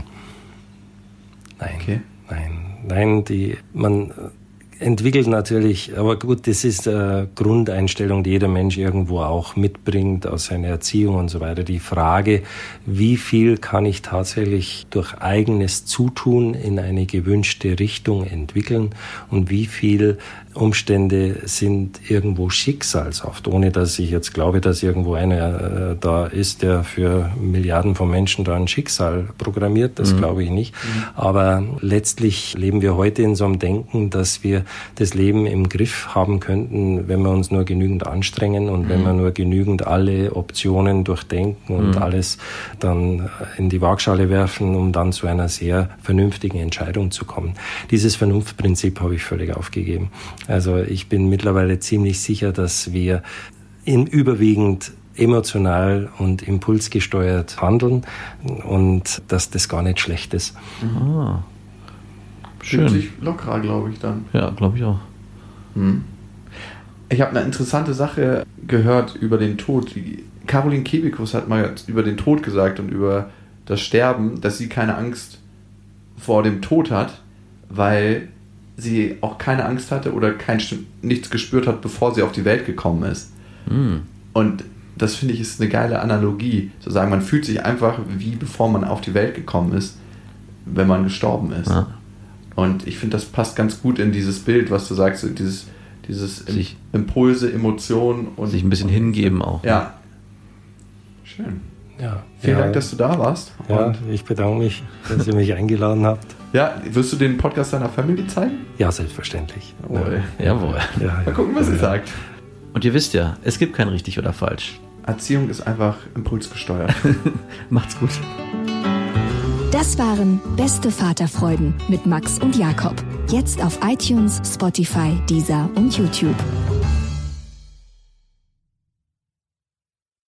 Okay. Nein, man entwickelt natürlich, aber gut, das ist eine Grundeinstellung, die jeder Mensch irgendwo auch mitbringt aus seiner Erziehung und so weiter. Die Frage, wie viel kann ich tatsächlich durch eigenes Zutun in eine gewünschte Richtung entwickeln und wie viel Umstände sind irgendwo schicksalshaft, ohne dass ich jetzt glaube, dass irgendwo einer da ist, der für Milliarden von Menschen da ein Schicksal programmiert. Das glaube ich nicht. Aber letztlich leben wir heute in so einem Denken, dass wir das Leben im Griff haben könnten, wenn wir uns nur genügend anstrengen und wenn wir nur genügend alle Optionen durchdenken und alles dann in die Waagschale werfen, um dann zu einer sehr vernünftigen Entscheidung zu kommen. Dieses Vernunftprinzip habe ich völlig aufgegeben. Also ich bin mittlerweile ziemlich sicher, dass wir überwiegend emotional und impulsgesteuert handeln und dass das gar nicht schlecht ist. Ah. Schön. Sich lockerer, glaube ich, dann. Ja, glaube ich auch. Ich habe eine interessante Sache gehört über den Tod. Caroline Kebekus hat mal über den Tod gesagt und über das Sterben, dass sie keine Angst vor dem Tod hat, weil sie auch keine Angst hatte oder nichts gespürt hat, bevor sie auf die Welt gekommen ist. Und das finde ich ist eine geile Analogie, zu sagen, man fühlt sich einfach wie bevor man auf die Welt gekommen ist, wenn man gestorben ist. Ja. Und ich finde, das passt ganz gut in dieses Bild, was du sagst, dieses Impulse, Emotionen und sich ein bisschen hingeben auch. Ja. Schön. Ja. Vielen Dank, dass du da warst. Ja, ich bedanke mich, dass ihr mich eingeladen habt. Ja, wirst du den Podcast deiner Familie zeigen? Ja, selbstverständlich. Jawohl. Ja. Mal gucken, was sie sagt. Und ihr wisst ja, es gibt kein richtig oder falsch. Erziehung ist einfach impulsgesteuert. Macht's gut. Das waren Beste Vaterfreuden mit Max und Jakob. Jetzt auf iTunes, Spotify, Deezer und YouTube.